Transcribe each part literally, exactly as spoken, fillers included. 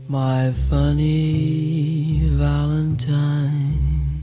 My funny Valentine,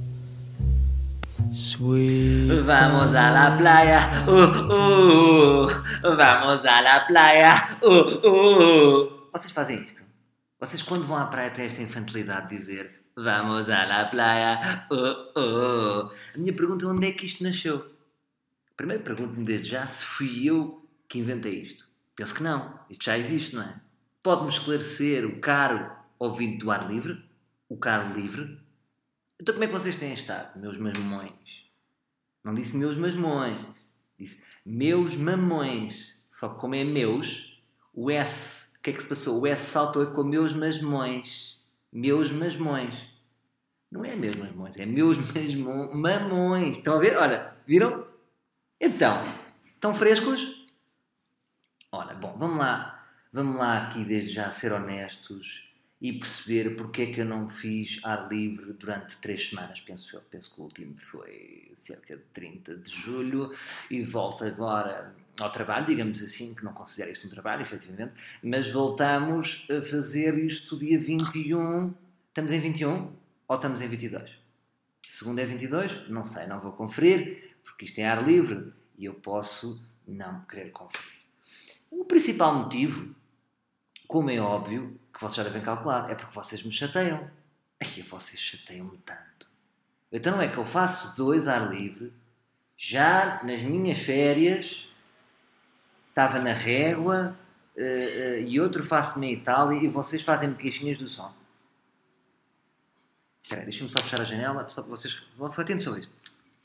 sweet. Vamos a la playa, uh, uh, vamos a la playa, uh, uh. Vocês fazem isto? Vocês quando vão à praia têm esta infantilidade de dizer vamos a la playa, uh, uh. A minha pergunta é onde é que isto nasceu? Primeiro pergunto-me desde já se fui eu que inventei isto. Penso que não, isto já existe, não é? Pode-me esclarecer o caro ouvinte do ar livre? O caro livre? Então como é que vocês têm estado, meus mamões? Não disse meus mamões, disse meus mamões. Só que como é meus, o S, o que é que se passou? O S saltou e ficou meus masmões. Meus masmões. Não é meus masmões, é meus masmões. Mamões. Estão a ver? Olha, viram? Então, estão frescos? Ora, bom, vamos lá. Vamos lá aqui desde já ser honestos e perceber porque é que eu não fiz ar livre durante três semanas, penso eu. Penso que o último foi cerca de trinta de julho e volto agora ao trabalho, digamos assim, que não considero isto um trabalho, efetivamente, mas voltamos a fazer isto dia vinte e um. Estamos em vinte e um ou estamos em vinte e dois? Segundo é vinte e dois? Não sei, não vou conferir, porque isto é ar livre e eu posso não querer conferir. O principal motivo, como é óbvio, que vocês já devem calcular, é porque vocês me chateiam. Ai, vocês chateiam-me tanto. Então não é que eu faço dois ar livre, já nas minhas férias, estava na Régua, uh, uh, e outro faço na Itália, e vocês fazem-me queixinhas do som. Espera aí, deixem-me só fechar a janela, só para vocês vão refletindo sobre isto.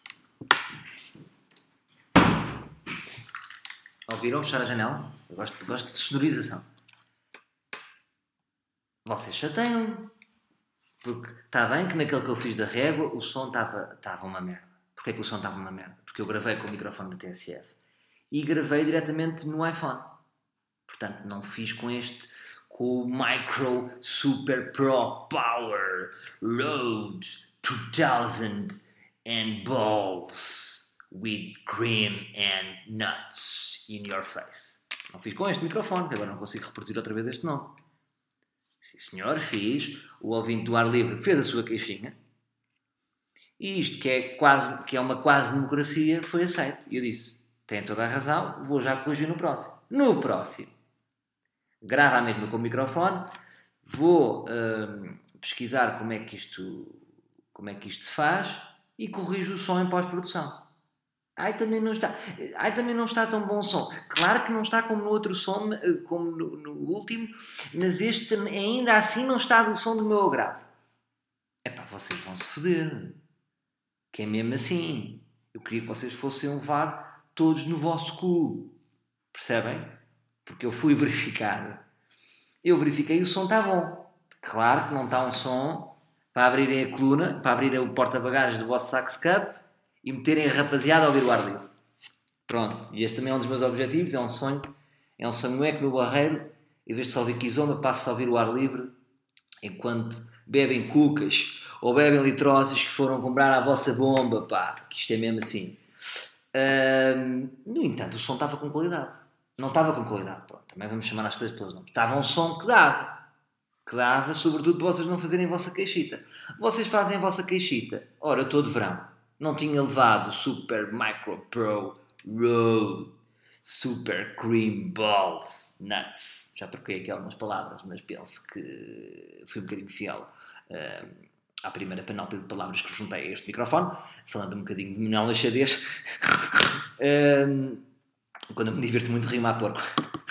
Ouviram fechar a janela? Eu gosto, gosto de sonorização. Vocês chateiam-me. Porque está bem que naquele que eu fiz da Régua o som estava, estava uma merda. Porquê é que o som estava uma merda? Porque eu gravei com o microfone da T S F e gravei diretamente no iPhone. Portanto, não fiz com este, com o Micro Super Pro Power Rode two thousand balls with cream and nuts in your face. Não fiz com este microfone, que agora não consigo reproduzir outra vez este nome. Sim senhor, fiz. O ouvinte do ar livre fez a sua queixinha. E isto, que é, quase, que é uma quase democracia, foi aceito. E eu disse, tem toda a razão, vou já corrigir no próximo. No próximo. Grava a mesma com o microfone. Vou hum, pesquisar como é, que isto, como é que isto se faz e corrijo o som em pós-produção. Ai, também não está, ai, também não está tão bom o som. Claro que não está como no outro som, como no, no último, mas este ainda assim não está do som do meu agrado. Epá, vocês vão se foder. Que é mesmo assim. Eu queria que vocês fossem levar todos no vosso cu. Percebem? Porque eu fui verificar. Eu verifiquei e o som está bom. Claro que não está um som para abrirem a coluna, para abrirem o porta-bagagens do vosso Sax Cup e meterem a rapaziada a ouvir o ar livre. Pronto. E este também é um dos meus objetivos. É um sonho. É um sonho é que no Barreiro, em vez de só ouvir Kizomba, passo a ouvir o ar livre enquanto bebem cucas ou bebem litroses que foram comprar à vossa bomba, pá. Que isto é mesmo assim. Um, no entanto, o som estava com qualidade. Não estava com qualidade. Pronto. Também vamos chamar as coisas pelos nomes. Estava um som que dava. Que dava, sobretudo, para vocês não fazerem a vossa queixita. Vocês fazem a vossa queixita. Ora, eu estou de verão. Não tinha levado o Super Micro Pro Rode Super Cream Balls Nuts. Já troquei aqui algumas palavras, mas penso que fui um bocadinho fiel uh, à primeira panóplia de palavras que juntei a este microfone, falando um bocadinho de Manuel Machadez. uh, quando eu me divirto muito, rimo a porco.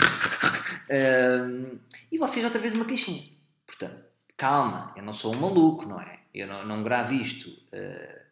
uh, e vocês outra vez uma queixinha. Portanto, calma, eu não sou um maluco, não é? Eu não, não gravo isto... Uh,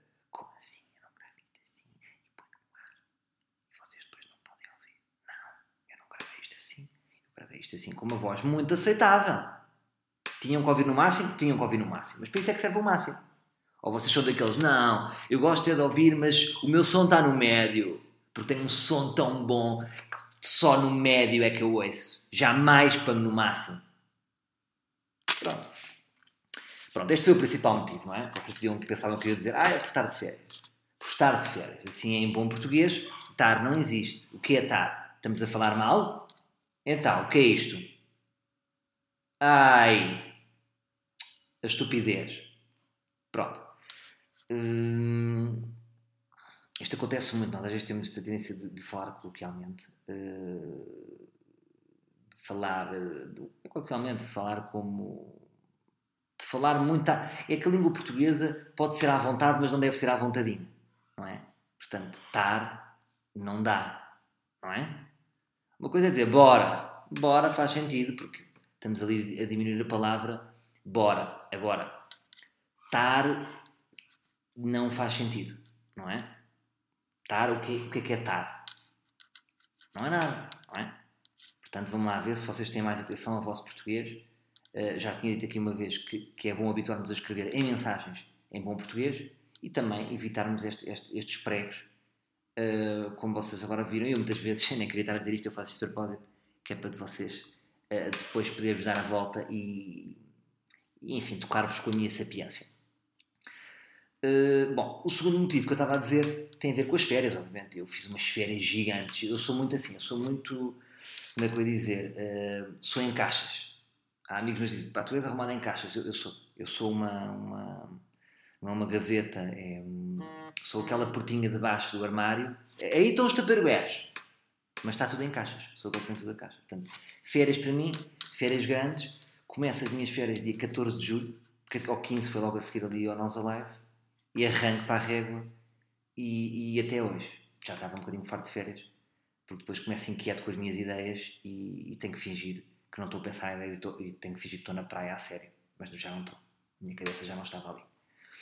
isto assim com uma voz muito aceitável. Tinham que ouvir no máximo? Tinham que ouvir no máximo. Mas para isso é que serve o máximo. Ou vocês são daqueles, não, eu gosto é de ouvir, mas o meu som está no médio. Porque tem um som tão bom que só no médio é que eu ouço. Jamais para no máximo. Pronto. Pronto, este foi o principal motivo, não é? Vocês podiam pensar que eu ia dizer, ah, é por estar de férias. Por estar de férias. Assim, em bom português, estar não existe. O que é estar? Estamos a falar mal? Então, o que é isto? Ai, a estupidez. Pronto. Hum, isto acontece muito, nós às vezes temos a tendência de, de falar coloquialmente. Uh, falar, uh, coloquialmente, falar como... De falar muito... À, é que a língua portuguesa pode ser à vontade, mas não deve ser à vontadinha. Não é? Portanto, estar não dá. Não é? Uma coisa é dizer bora. Bora faz sentido, porque estamos ali a diminuir a palavra bora. Agora, estar não faz sentido, não é? Estar, o que, o que é que é estar? Não é nada, não é? Portanto, vamos lá ver se vocês têm mais atenção ao vosso português. Uh, já tinha dito aqui uma vez que, que é bom habituarmos a escrever em mensagens em bom português e também evitarmos este, este, estes pregos. Uh, como vocês agora viram, eu muitas vezes nem queria estar a dizer isto, eu faço isto de propósito, que é para de vocês uh, depois poder-vos dar a volta e, e enfim, tocar-vos com a minha sapiência. Uh, bom, o segundo motivo que eu estava a dizer tem a ver com as férias, obviamente. Eu fiz umas férias gigantes. Eu sou muito assim, eu sou muito, como é que eu ia dizer, uh, sou em caixas. Há amigos meus que dizem, pá, tu és arrumado em caixas. Eu, eu sou, eu sou uma, uma, não é uma gaveta, é um, sou aquela portinha debaixo do armário. Aí estão os taparués, mas está tudo em caixas. Sou aquele que tem tudo a caixa. Portanto, férias para mim, férias grandes. Começo as minhas férias dia catorze de julho, porque ao quinze foi logo a seguir ali ao Nós Alive. E arranco para a régua e, e até hoje. Já estava um bocadinho farto de férias, porque depois começo inquieto com as minhas ideias e, e tenho que fingir que não estou a pensar em ideias e, estou, e tenho que fingir que estou na praia a sério. Mas já não estou. A minha cabeça já não estava ali.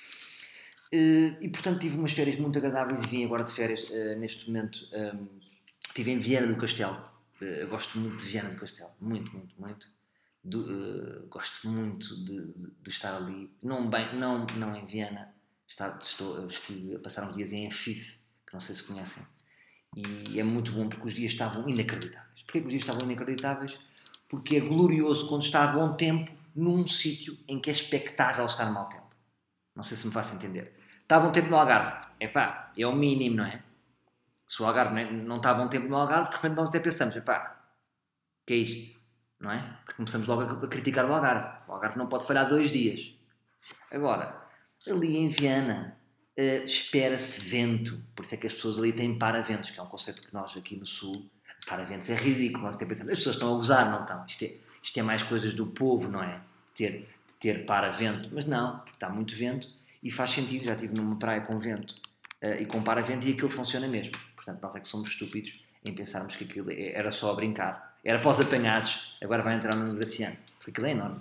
Uh, e portanto tive umas férias muito agradáveis e vim agora de férias uh, neste momento. Um, estive em Viana do Castelo. Uh, eu gosto muito de Viana do Castelo. Muito, muito, muito. Do, uh, gosto muito de, de, de estar ali. Não, bem, não, não em Viana. Está, estou, estive a passar uns dias em Afif, que não sei se conhecem, e é muito bom porque os dias estavam inacreditáveis. Porquê que os dias estavam inacreditáveis? Porque é glorioso quando está a bom tempo num sítio em que é expectável estar mau tempo. Não sei se me faço entender. Está a bom tempo no Algarve. Epá, é o mínimo, não é? Se o Algarve não está a bom tempo no Algarve, de repente nós até pensamos, epá, o que é isto? Não é? Começamos logo a criticar o Algarve. O Algarve não pode falhar dois dias. Agora, ali em Viana uh, espera-se vento, por isso é que as pessoas ali têm paraventos, que é um conceito que nós aqui no Sul, paraventos é ridículo, nós até pensamos, as pessoas estão a gozar, não estão, isto é, isto é mais coisas do povo, não é? Ter, ter paravento, mas não, porque está muito vento e faz sentido, já estive numa praia com vento uh, e com paravento e aquilo funciona mesmo, portanto nós é que somos estúpidos em pensarmos que aquilo era só a brincar, era para os apanhados, agora vai entrar no Graciano, porque aquilo é enorme.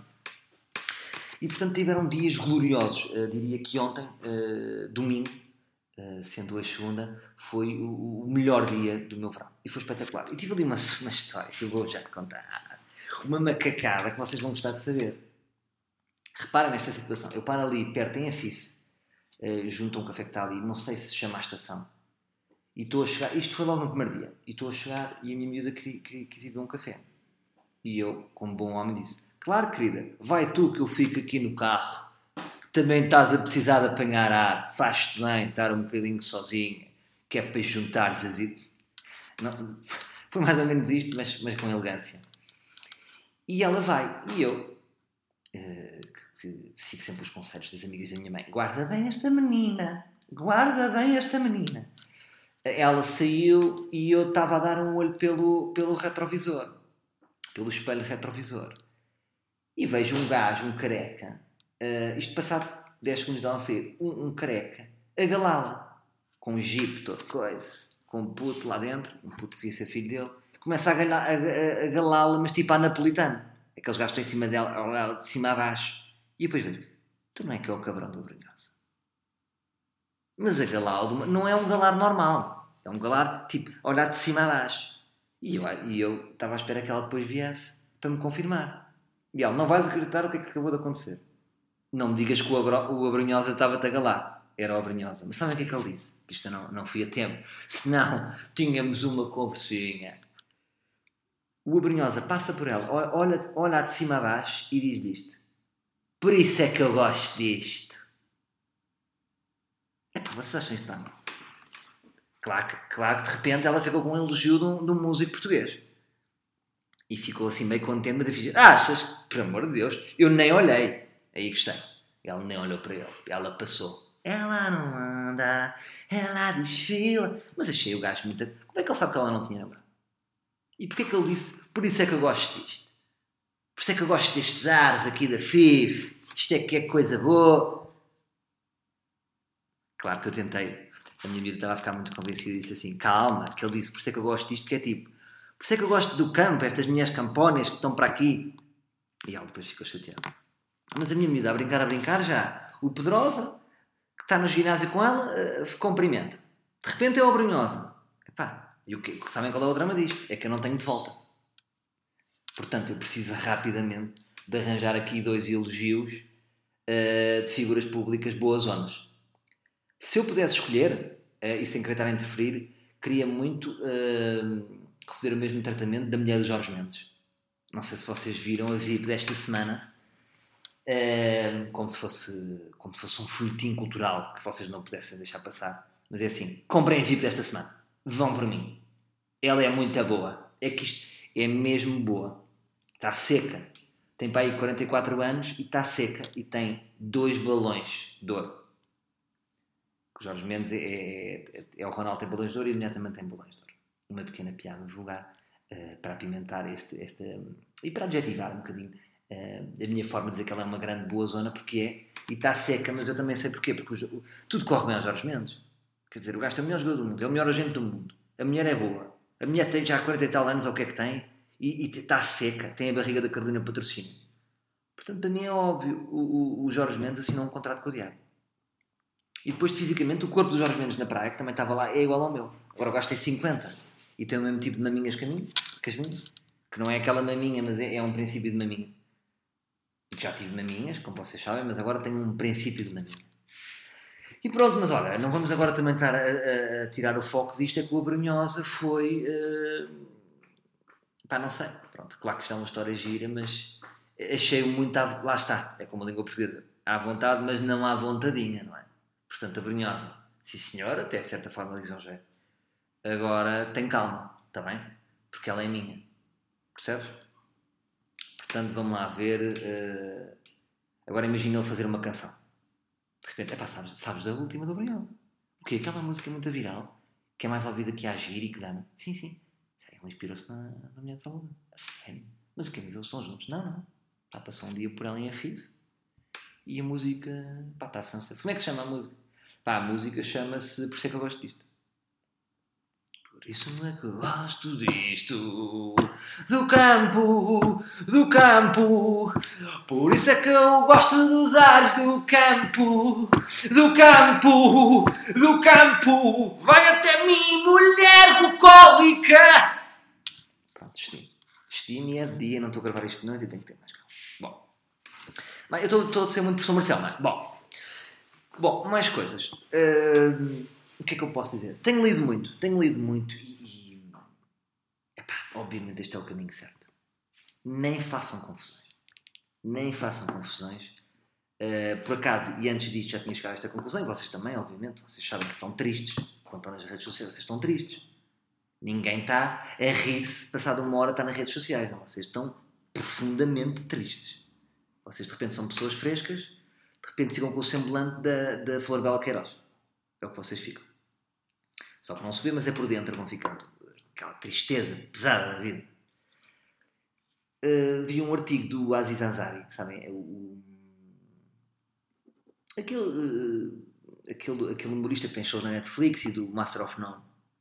E, portanto, tiveram dias gloriosos. Uh, diria que ontem, uh, domingo, uh, sendo hoje segunda, foi o, o melhor dia do meu verão. E foi espetacular. E tive ali uma, uma história que eu vou já contar. Uma macacada que vocês vão gostar de saber. Reparem nesta situação. Eu paro ali, perto em Afif, uh, junto a um café que está ali, não sei se se chama a estação. E estou a chegar... Isto foi logo no primeiro dia. E estou a chegar e a minha miúda quis, quis ir beber um café. E eu, como bom homem, disse... Claro, querida, vai tu que eu fico aqui no carro. Também estás a precisar de apanhar ar. Faz-te bem estar um bocadinho sozinha. Que é para juntares as ideias. Não, foi mais ou menos isto, mas, mas com elegância. E ela vai. E eu, uh, que, que sigo sempre os conselhos das amigas da minha mãe. Guarda bem esta menina. Guarda bem esta menina. Ela saiu e eu estava a dar um olho pelo, pelo retrovisor. Pelo espelho retrovisor. E vejo um gajo, um careca, uh, isto passado dez segundos dela sair, um, um careca, a galá-la, com um jeep todo coisa, com um puto lá dentro, um puto que devia ser filho dele, começa a, galá, a, a, a galá-la, mas tipo a napolitano. Aqueles gajos estão em cima dela, de cima a baixo. E depois vejo, tu não é que é o cabrão do Brunhosa. Mas a galá-la não é um galar normal, é um galar tipo, a olhar de cima a baixo. E eu, e eu estava à espera que ela depois viesse para me confirmar. E ela, não vais acreditar o que é que acabou de acontecer. Não me digas que o, Abro, o Abrunhosa estava-te a galar. Era o Abrunhosa. Mas sabem o que é que ele disse? Que isto não, não fui a tempo. Senão, tínhamos uma conversinha. O Abrunhosa passa por ela, olha, olha de cima a baixo e diz disto. Por isso é que eu gosto disto. É para vocês acham isto não? Claro que, claro que de repente ela ficou com um elogio de um, de um músico português. E ficou assim meio contente, mas eu fiz, achas? Por amor de Deus, eu nem olhei. Aí gostei. Ela nem olhou para ele. Ela passou. Ela não anda, ela desfila. Mas achei o gajo muito... Como é que ele sabe que ela não tinha namorado? E porquê que ele disse, por isso é que eu gosto disto? Por isso é que eu gosto destes ares aqui da F I F. Isto é que é coisa boa. Claro que eu tentei. A minha vida estava a ficar muito convencida e disse assim, calma, que ele disse, por isso é que eu gosto disto, que é tipo, por isso é que eu gosto do campo, estas minhas campónias que estão para aqui. E ela depois ficou chateada. Mas a minha miúda, a brincar, a brincar, já, o Pedrosa, que está no ginásio com ela, uh, cumprimenta. De repente é o Brunhosa. Epá, e o que, sabem qual é o drama disto? É que eu não tenho de volta. Portanto, eu preciso rapidamente de arranjar aqui dois elogios uh, de figuras públicas boas zonas. Se eu pudesse escolher, uh, e sem querer estar a interferir, queria muito uh, receber o mesmo tratamento da mulher do Jorge Mendes. Não sei se vocês viram a V I P desta semana, uh, como, se fosse, como se fosse um folhetim cultural que vocês não pudessem deixar passar. Mas é assim, comprem a V I P desta semana. Vão por mim. Ela é muito boa. É que isto é mesmo boa. Está seca. Tem para aí quarenta e quatro anos e está seca. E tem dois balões de ouro. O Jorge Mendes é, é, é o Ronaldo tem balões de ouro e a mulher também tem balões de ouro. Uma pequena piada vulgar uh, para apimentar este, este um, e para adjetivar um bocadinho uh, a minha forma de dizer que ela é uma grande boa zona, porque é, e está seca, mas eu também sei porquê, porque o, o, tudo corre bem ao Jorge Mendes. Quer dizer, o gajo é o melhor jogador do mundo, é o melhor agente do mundo, a mulher é boa, a mulher tem já quarenta e tal anos, ou o que é que tem, e, e está seca, tem a barriga da Carolina Patrocínio. Portanto, para mim é óbvio, o, o, o Jorge Mendes assinou um contrato com o diabo. E depois, fisicamente, o corpo do Jorge Mendes na praia, que também estava lá, é igual ao meu. Agora o gajo tem cinquenta e tem o mesmo tipo de maminhas que, a mim, que as minhas. Que não é aquela maminha, mas é, é um princípio de maminha. E já tive maminhas, como vocês sabem, mas agora tenho um princípio de maminha. E pronto, mas olha, não vamos agora também estar a, a, a tirar o foco disto, é que o Abrunhosa foi... Uh... Pá, não sei. Pronto, claro que isto é uma história gira, mas achei-o muito... À... Lá está, é como a língua portuguesa. À vontade, mas não à vontadinha, não é? Portanto, a Brunhosa, sim senhora, até de certa forma lisonjeira. Agora, tem calma, está bem? Porque ela é minha. Percebes? Portanto, vamos lá ver. Uh... Agora imagina ele fazer uma canção. De repente, epá, sabes, sabes da última do Brunhosa? O quê? Aquela música muito viral, que é mais ouvida que a Agir e que dá-me. Sim, sim. Ele inspirou-se na, na mulher de Salvador. A sério? Mas o quê? Mas eles estão juntos? Não, não. Pá, passou um dia por ela em F I V. E a música... Pá, está a ser um sucesso. Como é que se chama a música? Pá, a música chama-se Por isso é que eu gosto disto. Por isso não é que eu gosto disto. Do campo, do campo. Por isso é que eu gosto dos ares do campo. Do campo, do campo. Vai até mim, mulher bucólica. Pronto, destino. Destino e é de dia. Não estou a gravar isto de noite e tenho que ter mais calma. Bom. Bem, eu estou a ser muito professor Marcelo, não é? Bom. Bom, mais coisas. Uh, o que é que eu posso dizer? Tenho lido muito, tenho lido muito e, e epá, obviamente este é o caminho certo. Nem façam confusões. Nem façam confusões. Uh, por acaso, e antes disto já tinha chegado a esta conclusão, e vocês também, obviamente, vocês sabem que estão tristes. Quando estão nas redes sociais, vocês estão tristes. Ninguém está a rir-se, passado uma hora está nas redes sociais, não. Vocês estão profundamente tristes. Vocês de repente são pessoas frescas, de repente ficam com o semblante da, da Flor Bela Queiroz. É o que vocês ficam. Só que não se vê, mas é por dentro, vão ficando. Aquela tristeza pesada da vida. Uh, vi um artigo do Aziz Ansari, sabem? É o, o, aquele, uh, aquele, aquele humorista que tem shows na Netflix e do Master of None.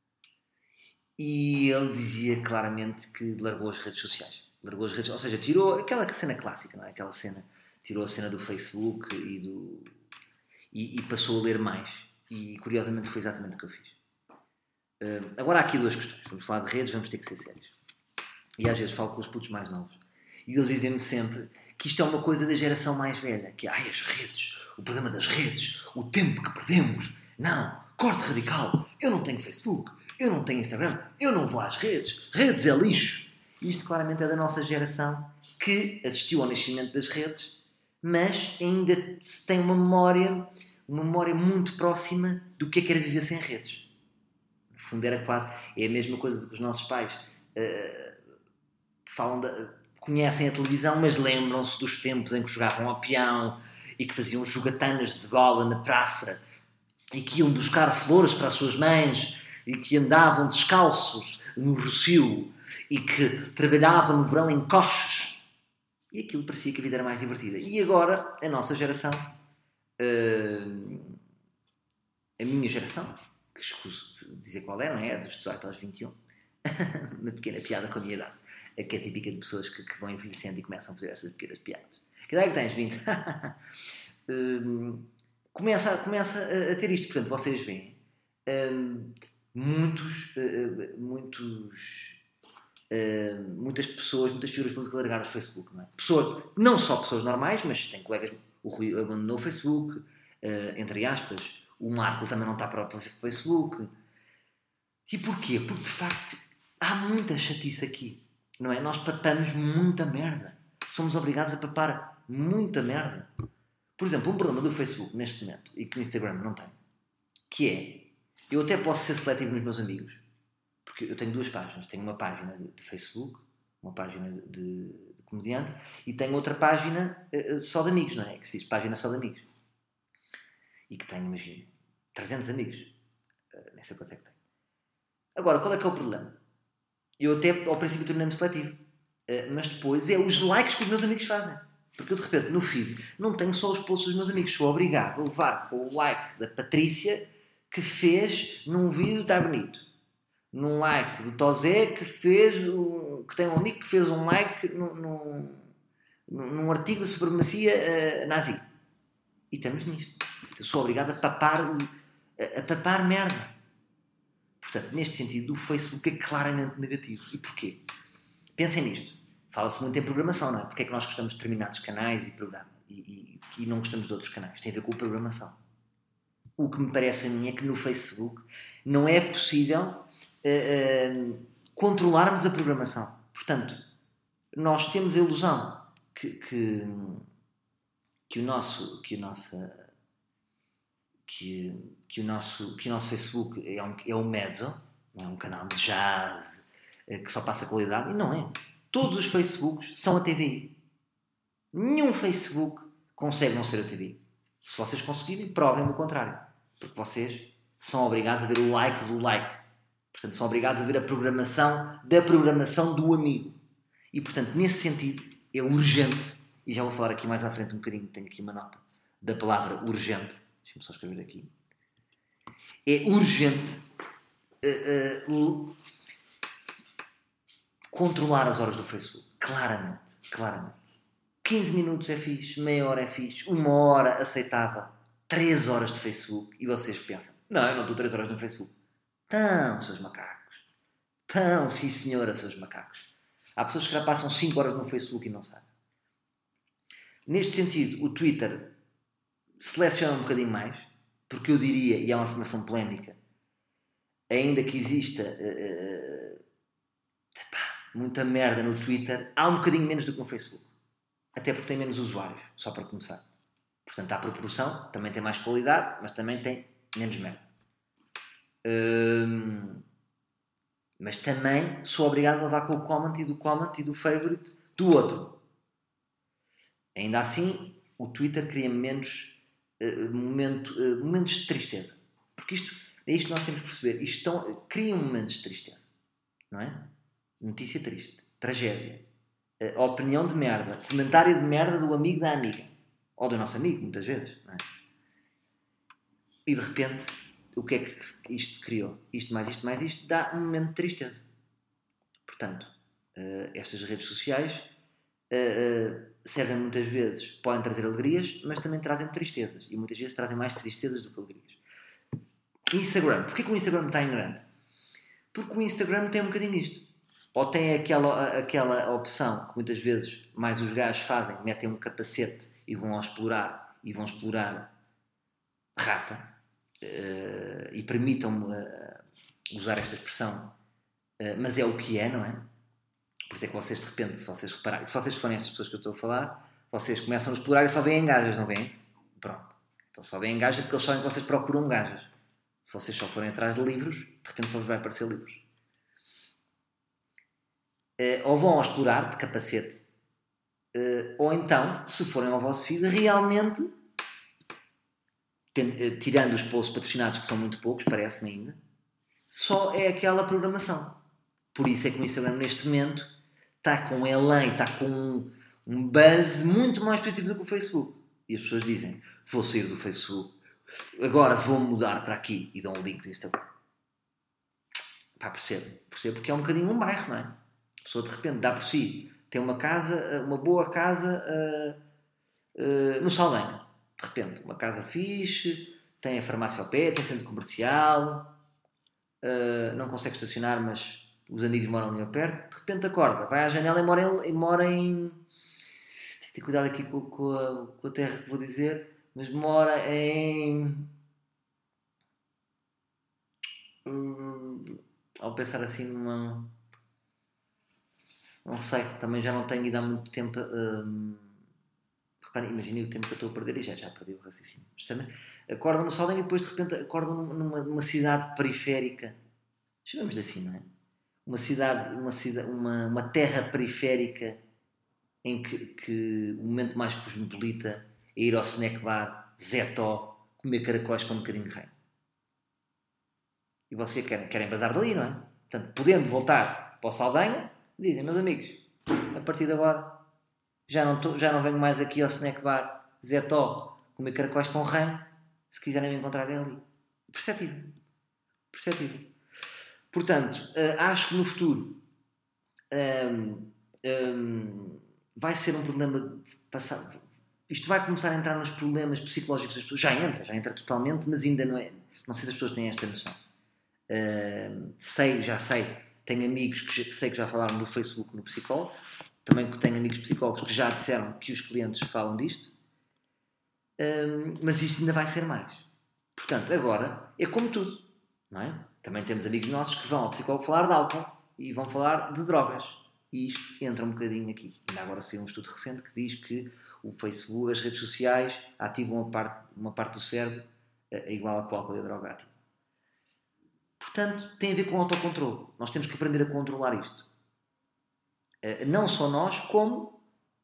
E ele dizia claramente que largou as redes sociais. Largou as redes, ou seja, tirou aquela cena clássica, não é? Aquela cena... Tirou a cena do Facebook e, do, e, e passou a ler mais. E curiosamente foi exatamente o que eu fiz. Uh, agora há aqui duas questões. Vamos falar de redes, vamos ter que ser sérios. E às vezes falo com os putos mais novos. E eles dizem-me sempre que isto é uma coisa da geração mais velha. Que é, ai, as redes, o problema das redes, o tempo que perdemos. Não, corte radical. Eu não tenho Facebook, eu não tenho Instagram, eu não vou às redes. Redes é lixo. E isto claramente é da nossa geração que assistiu ao nascimento das redes, mas ainda se tem uma memória, uma memória muito próxima do que é que era viver sem redes. No fundo era quase, é a mesma coisa do que os nossos pais uh, falam da, conhecem a televisão, mas lembram-se dos tempos em que jogavam ao peão e que faziam jogatanas de bola na praça e que iam buscar flores para as suas mães e que andavam descalços no rocio e que trabalhavam no verão em coches. E aquilo parecia que a vida era mais divertida. E agora, a nossa geração, uh, a minha geração, que escuso dizer qual é, não é? Dos dezoito aos vinte e um. Uma pequena piada com a minha idade. A que é típica de pessoas que, que vão envelhecendo e começam a fazer essas pequenas piadas. Que idade é que tens? vinte? um, começa começa a, a ter isto. Portanto, vocês veem um, muitos, uh, muitos, uh, muitas pessoas, muitas figuras públicas largaram o Facebook. Não é? Pessoas, não só pessoas normais, mas tem colegas. O Rui abandonou o Facebook, uh, entre aspas. O Marco também não está para o Facebook. E porquê? Porque de facto há muita chatice aqui. Não é? Nós papamos muita merda. Somos obrigados a papar muita merda. Por exemplo, um problema do Facebook neste momento, e que o Instagram não tem, que é, eu até posso ser seletivo nos meus amigos, porque eu tenho duas páginas. Tenho uma página de, de Facebook, uma página de, de, de comediante, e tenho outra página uh, só de amigos, não é? Que se diz página só de amigos. E que tenho, imagina, trezentos amigos. Uh, nem sei quantos é que tenho. Agora, qual é que é o problema? Eu até, ao princípio, tornei-me seletivo. Uh, mas depois é os likes que os meus amigos fazem. Porque eu, de repente, no feed, não tenho só os posts dos meus amigos. Sou obrigado a levar com o like da Patrícia, que fez num vídeo está bonito. Num like do Tozé, que fez... Um, que tem um amigo que fez um like num, num, num artigo da supremacia uh, nazi. E estamos nisto. Eu sou obrigado a papar, a, a papar merda. Portanto, neste sentido, o Facebook é claramente negativo. E porquê? Pensem nisto. Fala-se muito em programação, não é? Porque é que nós gostamos de determinados canais e programa e, e, e não gostamos de outros canais? Tem a ver com a programação. O que me parece a mim é que no Facebook não é possível uh, uh, controlarmos a programação. Portanto, nós temos a ilusão que, que, que o nosso... Que o nosso Que, que, o nosso, que o nosso Facebook é um, é um mezzo, não é um canal de jazz que só passa qualidade, e não é. Todos os Facebooks são a T V I. Nenhum Facebook consegue não ser a T V I. Se vocês conseguirem, provem-me o contrário. Porque vocês são obrigados a ver o like do like. Portanto, são obrigados a ver a programação da programação do amigo. E, portanto, nesse sentido, é urgente, e já vou falar aqui mais à frente um bocadinho, tenho aqui uma nota da palavra urgente. Deixa-me só escrever aqui. É urgente uh, uh, controlar as horas do Facebook. Claramente. Claramente. quinze minutos é fixe, meia hora é fixe, uma hora aceitável, três horas de Facebook. E vocês pensam, não, eu não estou três horas no Facebook. Tão, seus macacos. Tão, sim senhora, seus macacos. Há pessoas que já passam cinco horas no Facebook e não sabem. Neste sentido, o Twitter seleciona um bocadinho mais, porque eu diria, e é uma afirmação polémica, ainda que exista uh, uh, muita merda no Twitter, há um bocadinho menos do que no Facebook. Até porque tem menos usuários, só para começar. Portanto, há proporção, também tem mais qualidade, mas também tem menos merda. Um, mas também sou obrigado a levar com o comment e do comment e do favorite do outro. Ainda assim, o Twitter cria menos Uh, momento, uh, momentos de tristeza, porque isto é isto que nós temos que perceber. Isto estão, uh, criam momentos de tristeza, não é? Notícia triste, tragédia, uh, opinião de merda, comentário de merda do amigo da amiga ou do nosso amigo, muitas vezes, não é? E de repente, o que é que isto se criou? Isto mais isto mais isto dá um momento de tristeza. Portanto, uh, estas redes sociais Uh, uh, servem muitas vezes, podem trazer alegrias, mas também trazem tristezas, e muitas vezes trazem mais tristezas do que alegrias. Instagram, porquê que o Instagram está ignorante? Porque o Instagram tem um bocadinho isto, ou tem aquela, aquela opção que muitas vezes mais os gajos fazem, metem um capacete e vão explorar e vão explorar rata, uh, e permitam-me uh, usar esta expressão, uh, mas é o que é, não é? Por isso é que vocês, de repente, se vocês repararem, se vocês forem estas pessoas que eu estou a falar, vocês começam a explorar e só veem gajas, não veem? Pronto. Então só veem gajas porque eles sabem que vocês procuram gajas. Se vocês só forem atrás de livros, de repente só vos vai aparecer livros. uh, ou vão explorar de capacete, uh, ou então, se forem ao vosso feed, realmente, tent, uh, tirando os posts patrocinados, que são muito poucos, parece-me ainda, só é aquela programação. Por isso é que o Instagram, neste momento, está com um elan, está com um, um buzz muito mais positivo do que o Facebook. E as pessoas dizem, vou sair do Facebook, agora vou mudar para aqui, e dão um link do Instagram. Pá, percebo. Percebo porque é um bocadinho um bairro, não é? A pessoa, de repente, dá por si, tem uma casa, uma boa casa uh, uh, no Saldanha. De repente, uma casa fixe, tem a farmácia ao pé, tem centro comercial, uh, não consegue estacionar, mas os amigos moram ali ao perto. De repente acorda, vai à janela e mora em... E mora em... Tem que ter cuidado aqui com, com, a, com a terra que vou dizer, mas mora em... Hum, ao pensar assim numa... Não sei, também já não tenho ido há muito tempo... Hum, reparem, imaginei o tempo que eu estou a perder e já, já perdi o raciocínio. Mas também acordam no Saldanha e depois de repente acordam numa, numa cidade periférica. Chamamos-lhe assim, não é? Uma cidade, uma, cidade uma, uma terra periférica em que, que o momento mais cosmopolita é ir ao snack bar, Zé Tó, comer caracóis com um bocadinho de reino. E vocês querem? Querem bazar dali, não é? Portanto, podendo voltar para o Saldanha, dizem, meus amigos, a partir de agora já não, tô, já não venho mais aqui ao snack bar, Zé Tó, comer caracóis com reino, se quiserem me encontrarem ali. Perceptível. Perceptível. Portanto, uh, acho que no futuro um, um, vai ser um problema passar. Isto vai começar a entrar nos problemas psicológicos das pessoas. Já entra, já entra totalmente, mas ainda não é. Não sei se as pessoas têm esta noção. Uh, sei, já sei. Tenho amigos que sei que já falaram do Facebook no psicólogo. Também tenho amigos psicólogos que já disseram que os clientes falam disto. Um, mas isto ainda vai ser mais. Portanto, agora é como tudo, não é? Também temos amigos nossos que vão ao psicólogo falar de álcool e vão falar de drogas. E isto entra um bocadinho aqui. Ainda agora saiu um estudo recente que diz que o Facebook, as redes sociais, ativam uma parte, uma parte do cérebro é igual a que o álcool e a droga ativam. Portanto, tem a ver com o autocontrole. Nós temos que aprender a controlar isto. Não só nós, como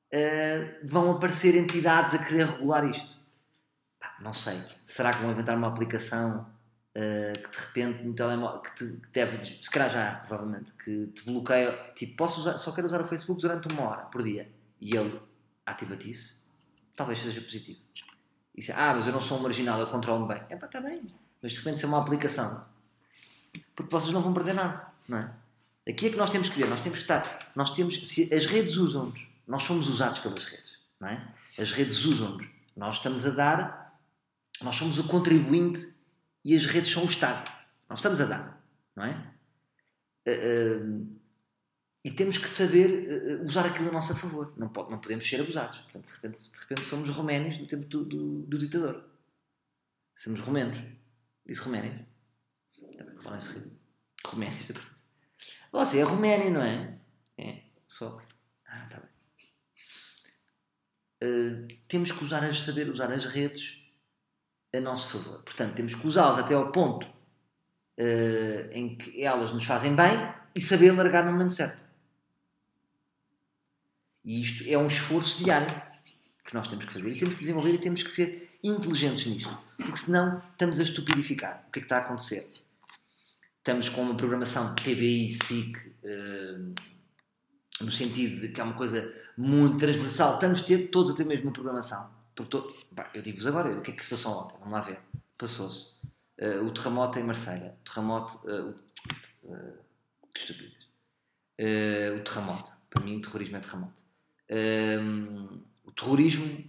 vão aparecer entidades a querer regular isto. Não sei. Será que vão inventar uma aplicação... Uh, que de repente no telemóvel que, te, que deve, se calhar já provavelmente, que te bloqueia, tipo, posso usar, só quero usar o Facebook durante uma hora por dia e ele ativa-te isso, talvez seja positivo. E se, ah, mas eu não sou um marginal, eu controlo-me bem. É pá, está bem, mas de repente se é uma aplicação, porque vocês não vão perder nada, não é? Aqui é que nós temos que ver, nós temos que estar, nós temos, se as redes usam-nos, nós somos usados pelas redes, não é? As redes usam-nos, nós estamos a dar, nós somos o contribuinte e as redes são o Estado. Nós estamos a dar, não é? Uh, uh, e temos que saber uh, usar aquilo a nosso favor. Não, pode, não podemos ser abusados. Portanto, de repente, de repente somos roménios no tempo do, do, do ditador. Somos romenos. Disse roménio. Falam-se rir. Roménios. Você é roménio, não é? É, só. Ah, está bem. Uh, temos que usar as, saber usar as redes a nosso favor. Portanto, temos que usá-las até ao ponto uh, em que elas nos fazem bem e saber largar no momento certo. E isto é um esforço diário que nós temos que fazer e temos que desenvolver e temos que ser inteligentes nisto. Porque senão estamos a estupidificar. O que é que está a acontecer? Estamos com uma programação T V I, S I C, uh, no sentido de que é uma coisa muito transversal. Estamos ter, todos a ter a mesma programação. Todo, bah, eu digo-vos agora, o que é que se passou ontem? Vamos lá ver. Passou-se uh, o terremoto em Marselha. O terremoto... Uh, uh, que estupidez. Uh, o terremoto. Para mim, o terrorismo é terremoto. Uh, o terrorismo...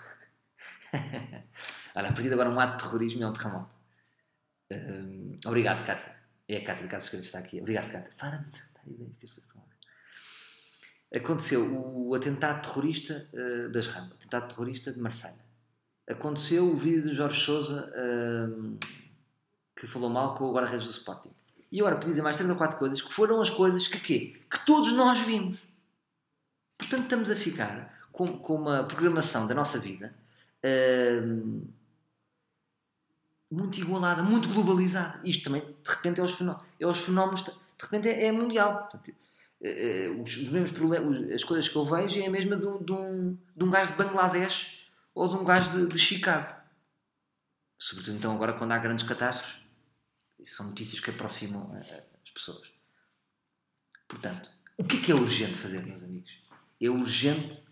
Olha, a partir de agora, um ato de terrorismo é um terremoto. Uh, obrigado, Cátia. É a Cátia de Casas que está aqui. Obrigado, Cátia. Para de dar ideias que estas estão a ver. Aconteceu o atentado terrorista uh, das Ramblas, o atentado terrorista de Marselha. Aconteceu o vídeo de Jorge Sousa uh, que falou mal com o guarda-redes do Sporting. E agora podia dizer mais três ou quatro coisas que foram as coisas que quê? Que todos nós vimos. Portanto, estamos a ficar com, com uma programação da nossa vida uh, muito igualada, muito globalizada. Isto também, de repente, é os fenómenos, é os fenómenos de repente, é, é mundial. Portanto, uh, os, os mesmos problemas, as coisas que eu vejo é a mesma de um, de um, de um gajo de Bangladesh ou de um gajo de, de Chicago. Sobretudo então agora quando há grandes catástrofes, são notícias que aproximam uh, as pessoas. Portanto, o que é que é urgente fazer, meus amigos? É urgente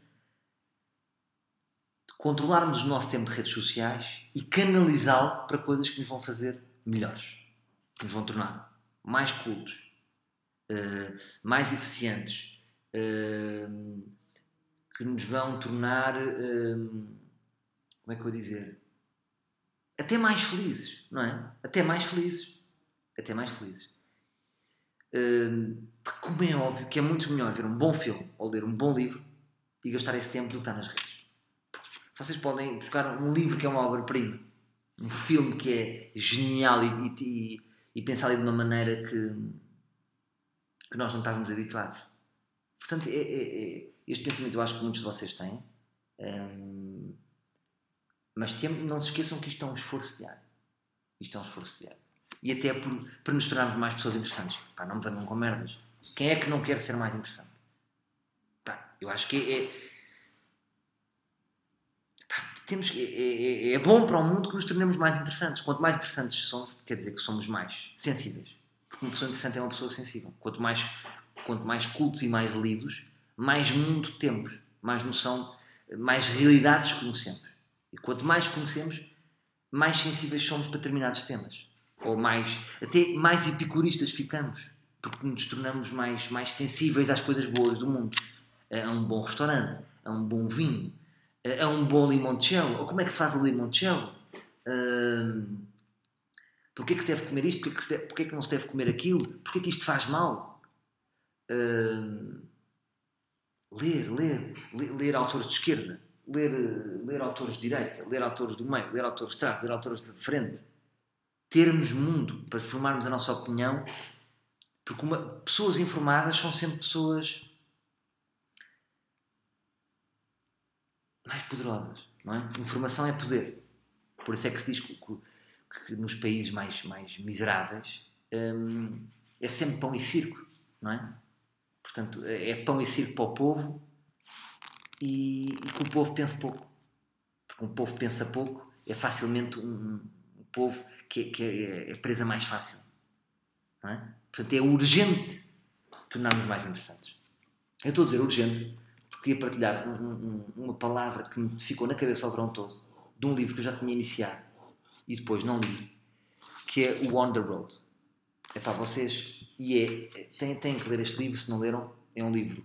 controlarmos o nosso tempo de redes sociais e canalizá-lo para coisas que nos vão fazer melhores, que nos vão tornar mais cultos, uh, mais eficientes, uh, que nos vão tornar, uh, como é que eu vou dizer, até mais felizes, não é? Até mais felizes. Até mais felizes. Uh, como é óbvio que é muito melhor ver um bom filme ou ler um bom livro e gastar esse tempo do que estar nas redes. Vocês podem buscar um livro que é uma obra-prima, um filme que é genial e, e, e pensado de uma maneira que, que nós não estávamos habituados. Portanto, é, é, é, este pensamento eu acho que muitos de vocês têm. Hum, mas tem, não se esqueçam que isto é um esforço diário. Isto é um esforço diário. E até por, para nos tornarmos mais pessoas interessantes. Pá, não me venham com merdas. Quem é que não quer ser mais interessante? Pá, eu acho que é... é Temos, é, é, é bom para o mundo que nos tornemos mais interessantes. Quanto mais interessantes somos, quer dizer que somos mais sensíveis. Porque uma pessoa interessante é uma pessoa sensível. Quanto mais, quanto mais cultos e mais lidos, mais mundo temos, mais noção, mais realidades conhecemos. E quanto mais conhecemos, mais sensíveis somos para determinados temas. Ou mais, até mais epicuristas ficamos. Porque nos tornamos mais, mais sensíveis às coisas boas do mundo. A um bom restaurante, a um bom vinho, é um bom limoncello, ou como é que se faz o limoncello? Uh, porquê é que se deve comer isto? Porquê é que, se deve, porquê é que não se deve comer aquilo? Porquê é que isto faz mal? Uh, ler, ler, ler, ler autores de esquerda, ler, ler autores de direita, ler autores do meio, ler autores de trás, ler autores de frente. Termos mundo para formarmos a nossa opinião, porque uma, pessoas informadas são sempre pessoas mais poderosas, não é? Informação é poder. Por isso é que se diz que, que, que nos países mais, mais miseráveis hum, é sempre pão e circo, não é? Portanto, é pão e circo para o povo e, e que o povo pense pouco. Porque um povo pensa pouco é facilmente um, um povo que, que é, é presa mais fácil, não é? Portanto, é urgente tornarmos mais interessantes. Eu estou a dizer urgente porque ia partilhar um, um, uma palavra que me ficou na cabeça ao verão todo, de um livro que eu já tinha iniciado e depois não li, que é o On the Road. É para vocês, e é, têm, têm que ler este livro, se não leram, é um livro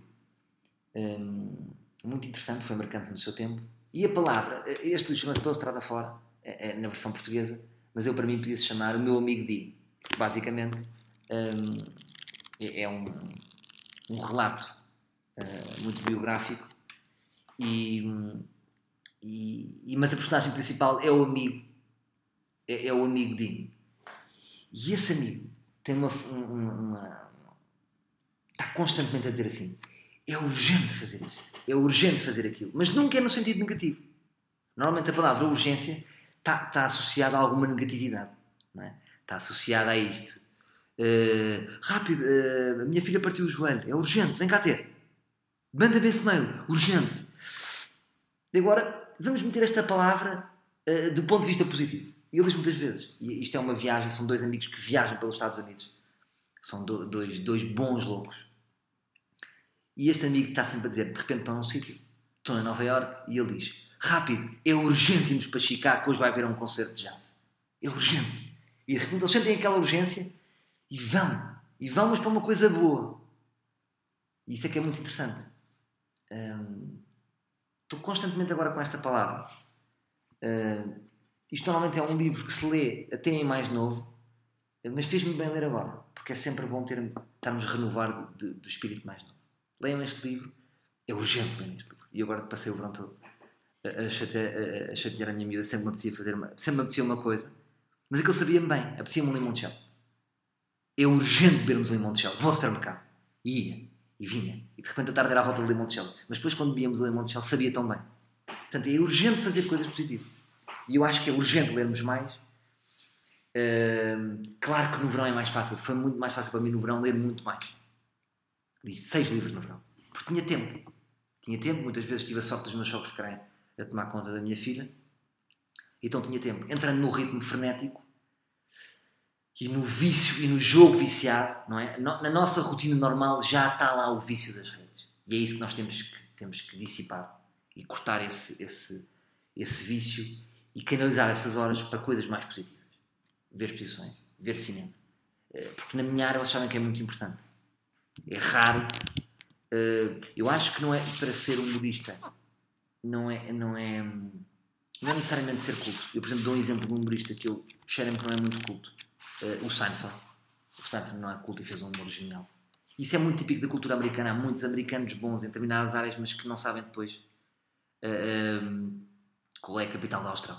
hum, muito interessante, foi marcante no seu tempo, e a palavra, este livro chama-se Doze Estrada Fora, é, é na versão portuguesa, mas eu para mim podia-se chamar O Meu Amigo Di, porque basicamente hum, é, é um, um relato Uh, muito biográfico e, e, mas a personagem principal é o amigo é, é o amigo Dino, e esse amigo tem uma, uma, uma está constantemente a dizer assim: é urgente fazer isto, é urgente fazer aquilo, mas nunca é no sentido negativo. Normalmente a palavra urgência está, está associada a alguma negatividade, não é? Está associada a isto uh, rápido, uh, a minha filha partiu o joelho, é urgente, vem cá ter. Manda-me esse mail, urgente. E agora, vamos meter esta palavra uh, do ponto de vista positivo. E ele diz muitas vezes, e isto é uma viagem, são dois amigos que viajam pelos Estados Unidos. São do, dois, dois bons loucos. E este amigo está sempre a dizer, de repente estão num sítio, estão em Nova Iorque, e ele diz, rápido, é urgente irmos para Chicago, que hoje vai haver um concerto de jazz. É urgente. E de repente eles sentem aquela urgência e vão. E vão, mas para uma coisa boa. E isso é que é muito interessante. Um, estou constantemente agora com esta palavra. Uh, isto normalmente é um livro que se lê até em mais novo, mas fez-me bem ler agora, porque é sempre bom ter, estarmos a renovar do, do, do espírito mais novo. Leiam este livro, é urgente ler este livro. E agora passei o verão todo a, a, chatear, a, a chatear a minha miúda, sempre me apetecia fazer uma, sempre me apetecia uma coisa, mas aquilo sabia-me bem, apetecia-me um limoncello. É urgente bebermos um limoncello, vou ao supermercado. E ia. E vinha. E de repente a tarde era à volta do limoncello. Mas depois quando bebíamos o limoncello sabia tão bem. Portanto, é urgente fazer coisas positivas. E eu acho que é urgente lermos mais. Uh, claro que no verão é mais fácil. Foi muito mais fácil para mim no verão ler muito mais. Li seis livros no verão. Porque tinha tempo. Tinha tempo. Muitas vezes tive a sorte dos meus sogros ficarem a tomar conta da minha filha. Então tinha tempo. Entrando no ritmo frenético e no vício e no jogo viciado, não é? Na nossa rotina normal já está lá o vício das redes. E é isso que nós temos que, temos que dissipar e cortar esse, esse, esse vício e canalizar essas horas para coisas mais positivas. Ver exposições, ver cinema. Porque na minha área vocês sabem que é muito importante. É raro. Eu acho que não é para ser humorista. Não é, não é, não é necessariamente ser culto. Eu, por exemplo, dou um exemplo de um humorista que eu cheiro-me que não é muito culto. O Seinfeld. O Seinfeld não é culto e fez um humor genial. Isso é muito típico da cultura americana. Há muitos americanos bons em determinadas áreas, mas que não sabem depois uh, um, qual é a capital da Austrália.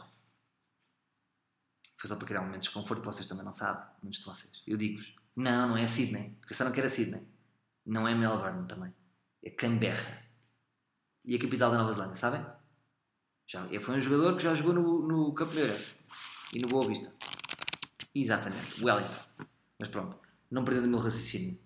Foi só para criar um momento de desconforto que vocês também não sabem, muitos de vocês. Eu digo-vos, não, não é Sydney. Pensaram que era Sydney. Não é Melbourne também. É Canberra. E a capital da Nova Zelândia, sabem? Já, foi um jogador que já jogou no, no Campeirense e no Boa Vista. Exatamente, Wellington. Mas pronto, não perdendo o meu raciocínio.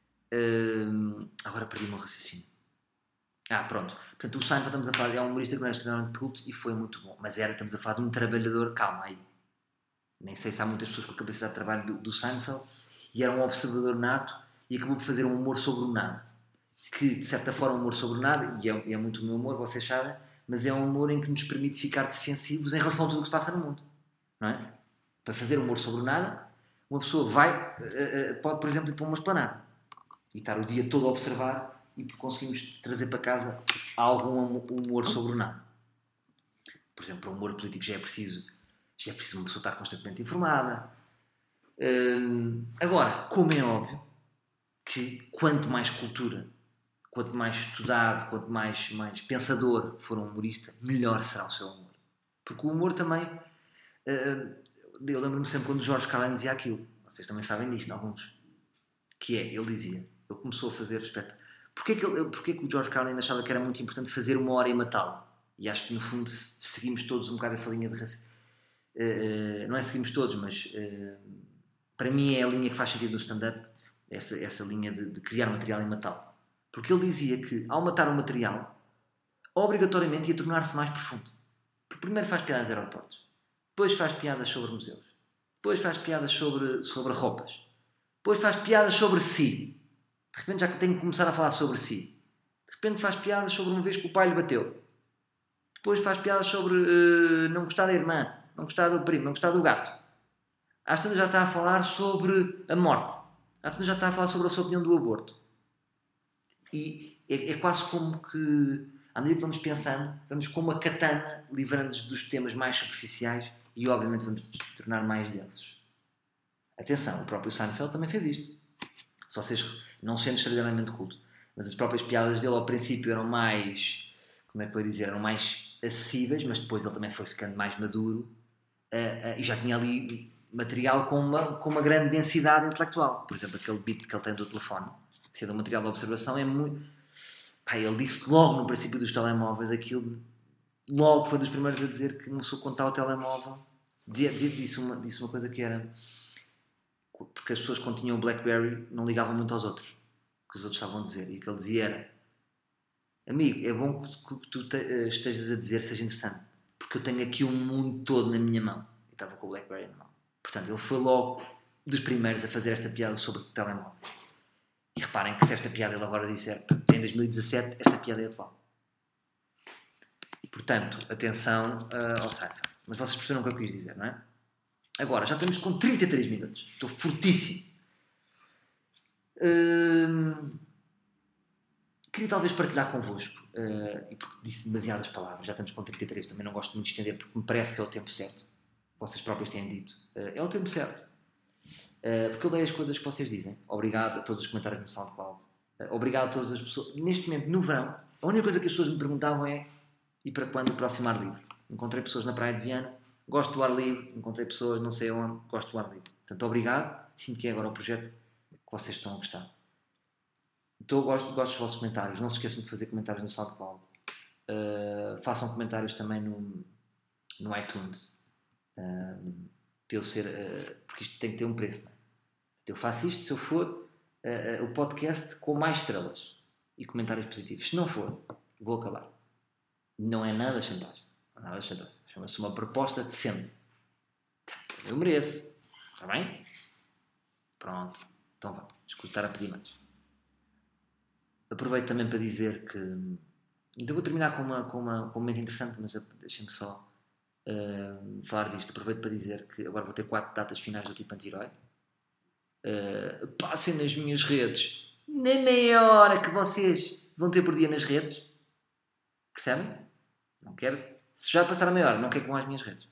Uh, agora perdi o meu raciocínio. Ah, pronto. Portanto, o Seinfeld, estamos a falar, é um humorista que não é extremamente culto e foi muito bom. Mas era, estamos a falar de um trabalhador, calma aí. Nem sei se há muitas pessoas com a capacidade de trabalho do, do Seinfeld. E era um observador nato e acabou por fazer um humor sobre o nada. Que, de certa forma, é um humor sobre o nada, e é, é muito o meu humor, vocês sabem, mas é um humor em que nos permite ficar defensivos em relação a tudo o que se passa no mundo. Não é? Para fazer humor sobre o nada, uma pessoa vai, uh, uh, pode, por exemplo, ir para uma esplanada e estar o dia todo a observar e conseguimos trazer para casa algum humor sobre o nada. Por exemplo, para o humor político já é preciso, já é preciso uma pessoa estar constantemente informada. Uh, agora, como é óbvio que quanto mais cultura, quanto mais estudado, quanto mais, mais pensador for um humorista, melhor será o seu humor. Porque o humor também... Uh, eu lembro-me sempre quando o George Carlin dizia aquilo. Vocês também sabem disto, alguns. Que é, ele dizia... Ele começou a fazer respeito. Porquê que, ele, porquê que o George Carlin achava que era muito importante fazer uma hora e matá-lo? E acho que, no fundo, seguimos todos um bocado essa linha de raciocínio. Uh, não é seguimos todos, mas... Uh, para mim é a linha que faz sentido no stand-up. Essa, essa linha de, de criar material e matá-lo. Porque ele dizia que, ao matar o material, obrigatoriamente ia tornar-se mais profundo. Porque primeiro faz piadas de aeroportos. Depois faz piadas sobre museus. Depois faz piadas sobre, sobre roupas. Depois faz piadas sobre si. De repente já tem que começar a falar sobre si. De repente faz piadas sobre uma vez que o pai lhe bateu. Depois faz piadas sobre uh, não gostar da irmã, não gostar do primo, não gostar do gato. Às tantas já está a falar sobre a morte. Às tantas já está a falar sobre a sua opinião do aborto. E é, é quase como que, à medida que vamos pensando, vamos como a katana livrando-nos dos temas mais superficiais e, obviamente, vamos nos tornar mais densos. Atenção, o próprio Seinfeld também fez isto. Se vocês, não sendo extraordinariamente culto, mas as próprias piadas dele ao princípio eram mais, como é que eu ia dizer, eram mais acessíveis, mas depois ele também foi ficando mais maduro uh, uh, e já tinha ali material com uma, com uma grande densidade intelectual. Por exemplo, aquele beat que ele tem do telefone, que é do material de observação, é muito... Pá, ele disse logo no princípio dos telemóveis, aquilo... Logo foi dos primeiros a dizer que começou a contar o telemóvel. Disse uma, disse uma coisa que era... Porque as pessoas, quando tinham o BlackBerry, não ligavam muito aos outros. O que os outros estavam a dizer. E o que ele dizia era... Amigo, é bom que o que tu te, estejas a dizer seja interessante. Porque eu tenho aqui um mundo todo na minha mão. E estava com o BlackBerry na mão. Portanto, ele foi logo dos primeiros a fazer esta piada sobre o telemóvel. E reparem que se esta piada ele agora disser em dois mil e dezassete, esta piada é atual. Portanto, atenção uh, ao site. Mas vocês perceberam o que eu quis dizer, não é? Agora, já estamos com trinta e três minutos. Estou fortíssimo. Uh, queria talvez partilhar convosco, uh, e porque disse demasiadas palavras, já estamos com trinta e três, também não gosto muito de estender, porque me parece que é o tempo certo. Vocês próprios têm dito. Uh, é o tempo certo. Uh, porque eu leio as coisas que vocês dizem. Obrigado a todos os comentários no SoundCloud. Uh, obrigado a todas as pessoas. Neste momento, no verão, a única coisa que as pessoas me perguntavam é: e para quando o próximo ar livre? Encontrei pessoas na Praia de Viana, gosto do ar livre. Encontrei pessoas não sei onde, gosto do ar livre. Portanto, obrigado. Sinto que é agora o projeto que vocês estão a gostar. Então, eu gosto, gosto dos vossos comentários. Não se esqueçam de fazer comentários no SoundCloud. Uh, façam comentários também no, no iTunes. Uh, para eu ser... Uh, porque isto tem que ter um preço, não é? Eu faço isto se eu for uh, uh, o podcast com mais estrelas e comentários positivos. Se não for, vou acabar. Não é nada chantagem. Não é nada chantagem. Chama-se uma proposta decente. Eu mereço. Está bem? Pronto. Então vá. Escutar a pedir mais. Aproveito também para dizer que... Então vou terminar com, uma, com, uma, com um momento interessante, mas deixem-me só uh, falar disto. Aproveito para dizer que agora vou ter quatro datas finais do tipo anti-herói. Uh, passem nas minhas redes na meia hora que vocês vão ter por dia nas redes. Percebem? Não quero... Se já passaram a meia hora, não quero que vão às minhas redes.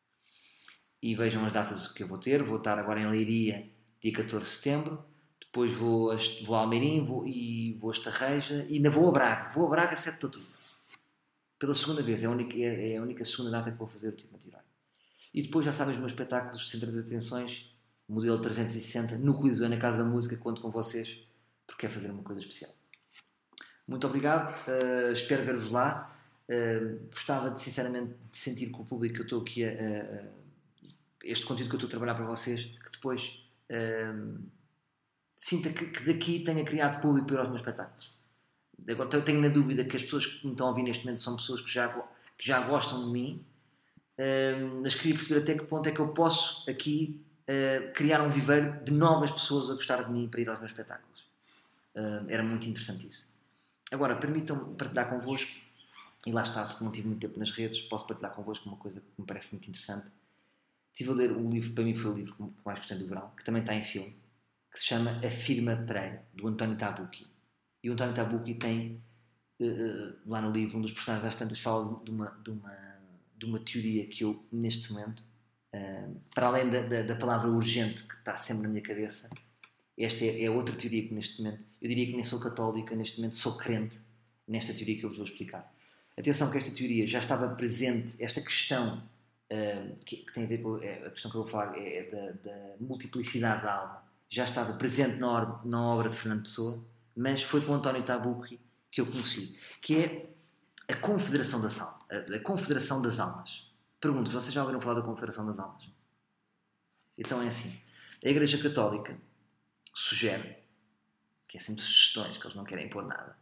E vejam as datas que eu vou ter. Vou estar agora em Leiria, dia catorze de setembro. Depois vou a, vou a Almeirim vou, e vou a Estarreja. E ainda vou a Braga. Vou a Braga sete de outubro. Pela segunda vez. É a única, é a única segunda data que vou fazer o tipo anti-herói. E depois já sabem os meus espetáculos, Centro das Atenções, modelo trezentos e sessenta, no Coliseu, na Casa da Música. Conto com vocês, porque quero fazer uma coisa especial. Muito obrigado. Uh, espero ver-vos lá. Uh, gostava, de, sinceramente, de sentir com o público que eu estou aqui a... a, a este conteúdo que eu estou a trabalhar para vocês, que depois uh, sinta que, que daqui tenha criado público para ir aos meus espetáculos. Agora eu tenho na dúvida que as pessoas que me estão a ouvir neste momento são pessoas que já, que já gostam de mim, uh, mas queria perceber até que ponto é que eu posso aqui uh, criar um viveiro de novas pessoas a gostar de mim para ir aos meus espetáculos. Uh, era muito interessante isso. Agora, permitam-me partilhar convosco, e lá está, porque não tive muito tempo nas redes, posso partilhar convosco uma coisa que me parece muito interessante. Estive a ler um livro, para mim foi o livro que mais gostei do verão, que também está em filme, que se chama A Firma Pereira, do António Tabucchi. E o António Tabucchi tem, uh, lá no livro, um dos personagens às tantas fala de uma, de uma, de uma teoria que eu, neste momento, uh, para além da, da, da palavra urgente, que está sempre na minha cabeça, esta é, é outra teoria que neste momento, eu diria que nem sou católica, neste momento sou crente nesta teoria que eu vos vou explicar. Atenção que esta teoria já estava presente, esta questão, Uh, que, que tem a ver com é, a questão que eu vou falar é, é da, da multiplicidade da alma, já estava presente na, or, na obra de Fernando Pessoa, mas foi com o António Tabucchi que eu conheci, que é a Confederação das Almas. A, a Confederação das Almas. Pergunto, vocês já ouviram falar da Confederação das Almas? Então é assim, a Igreja Católica sugere, que é sempre sugestões, que eles não querem impor nada,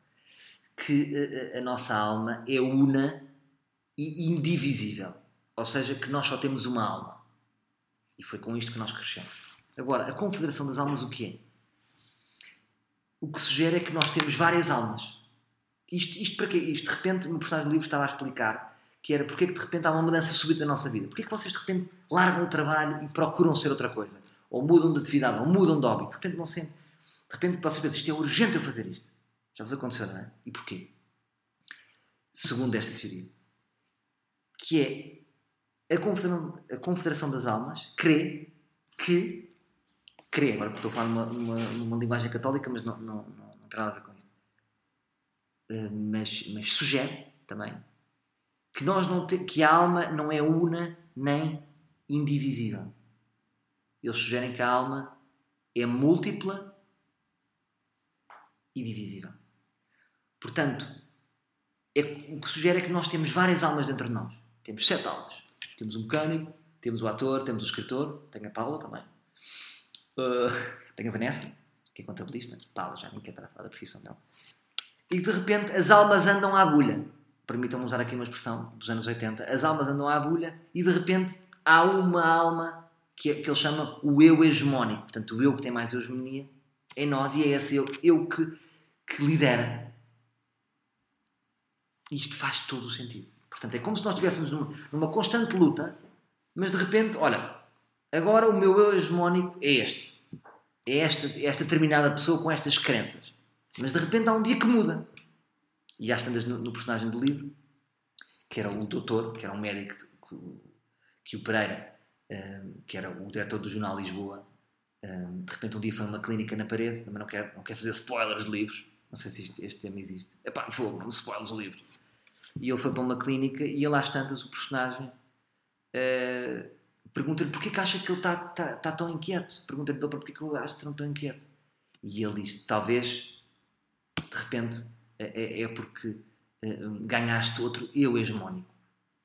que a, a nossa alma é una e indivisível. Ou seja, que nós só temos uma alma. E foi com isto que nós crescemos. Agora, a Confederação das Almas o que é? O que sugere é que nós temos várias almas. Isto, isto para quê? Isto, de repente, no personagem do livro estava a explicar que era porque é que de repente há uma mudança súbita na nossa vida. Porque é que vocês de repente largam o trabalho e procuram ser outra coisa? Ou mudam de atividade, ou mudam de hobby. De repente não sentem. De repente vocês pensam, isto é urgente eu fazer isto. Já vos aconteceu, não é? E porquê? Segundo esta teoria. Que é A Confederação, a Confederação das Almas crê que... Crê, agora estou a falar numa, numa, numa linguagem católica, mas não, não, não, não tem nada a ver com isto. Uh, mas, mas sugere também que, nós não te, que a alma não é una nem indivisível. Eles sugerem que a alma é múltipla e divisível. Portanto, é, o que sugere é que nós temos várias almas dentro de nós. Temos sete almas. Temos o mecânico, temos o ator, temos o escritor, tenho a Paula também, uh, tenho a Vanessa, que é contabilista, Paula já nem quer estar a falar da profissão dela, e de repente as almas andam à agulha, permitam-me usar aqui uma expressão dos anos oitenta, as almas andam à agulha e de repente há uma alma que, é, que ele chama o eu hegemónico, portanto o eu que tem mais hegemonia em nós e é esse eu, eu que, que lidera. Isto faz todo o sentido. Portanto, é como se nós estivéssemos numa, numa constante luta, mas de repente, olha, agora o meu eu hegemónico é este. É esta, é esta determinada pessoa com estas crenças. Mas de repente há um dia que muda. E às tantas no, no personagem do livro, que era o doutor, que era um médico que, que o Pereira, um, que era o diretor do Jornal Lisboa, um, de repente um dia foi a uma clínica na parede, também não quero, não quero fazer spoilers de livros, não sei se isto, este tema existe. Epá, fogo, não spoilers o livro. E ele foi para uma clínica e ele às tantas, o personagem, uh, pergunta-lhe porquê que acha que ele está tá, tá tão inquieto. Pergunta-lhe porquê que eu acho que não tão inquieto. E ele diz, talvez, de repente, é, é porque uh, ganhaste outro eu hegemónico.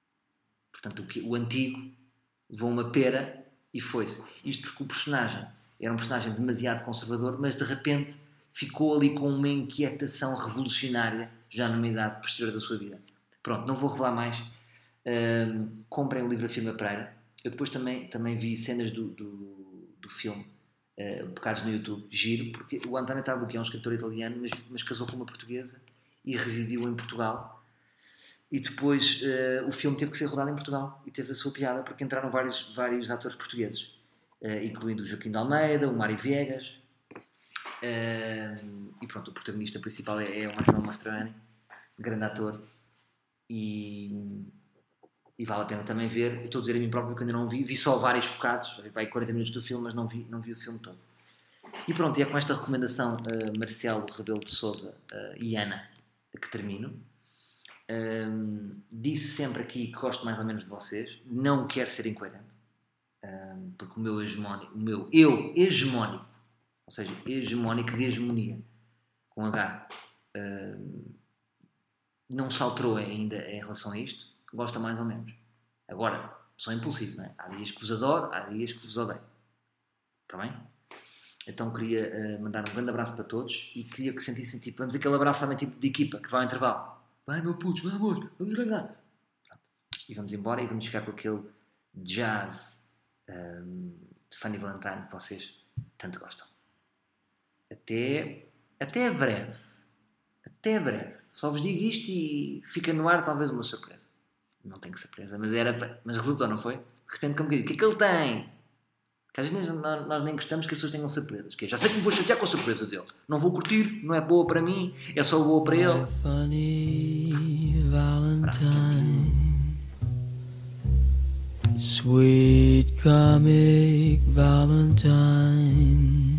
Portanto, o, que, o antigo levou uma pera e foi-se. Isto porque o personagem era um personagem demasiado conservador, mas de repente ficou ali com uma inquietação revolucionária já numa idade posterior da sua vida. Pronto, não vou revelar mais. Um, comprem o livro da Firma Pereira. Eu depois também, também vi cenas do, do, do filme, uh, bocados no YouTube, giro, porque o António Tabucchi é um escritor italiano, mas, mas casou com uma portuguesa e residiu em Portugal. E depois uh, o filme teve que ser rodado em Portugal e teve a sua piada porque entraram vários, vários atores portugueses, uh, incluindo o Joaquim de Almeida, o Mário Viegas, uh, e pronto, o protagonista principal é, é o Marcelo Mastroianni, grande ator, e, e vale a pena também ver. Eu estou a dizer a mim próprio que ainda não vi, vi só vários bocados, vi para aí quarenta minutos do filme, mas não vi, não vi o filme todo. E pronto, e é com esta recomendação uh, Marcelo Rebelo de Sousa uh, e Ana que termino. Um, disse sempre aqui que gosto mais ou menos de vocês, não quero ser incoerente, um, porque o meu hegemónico, o meu eu hegemónico, ou seja, hegemónico de hegemonia com H, um, não se alterou ainda em relação a isto. Gosta mais ou menos. Agora, sou impulsivo, não é? Há dias que vos adoro, há dias que vos odeio. Está bem? Então queria uh, mandar um grande abraço para todos e queria que sentissem tipo, vamos aquele abraço também tipo de equipa que vai ao intervalo. Vai, meu putos, vamos, vamos ganhar. Pronto. E vamos embora e vamos ficar com aquele jazz um, de Fanny Valentine que vocês tanto gostam. Até, até breve. Até breve. Só vos digo isto e fica no ar talvez uma surpresa. Não tenho surpresa, mas, era, mas resultou, não foi? De repente, como que digo, o que é que ele tem? Que às vezes nós, nós nem gostamos que as pessoas tenham surpresas. Que já sei que me vou chatear com a surpresa dele. Não vou curtir, não é boa para mim, é só boa para ele. Funny Valentine, sweet comic Valentine.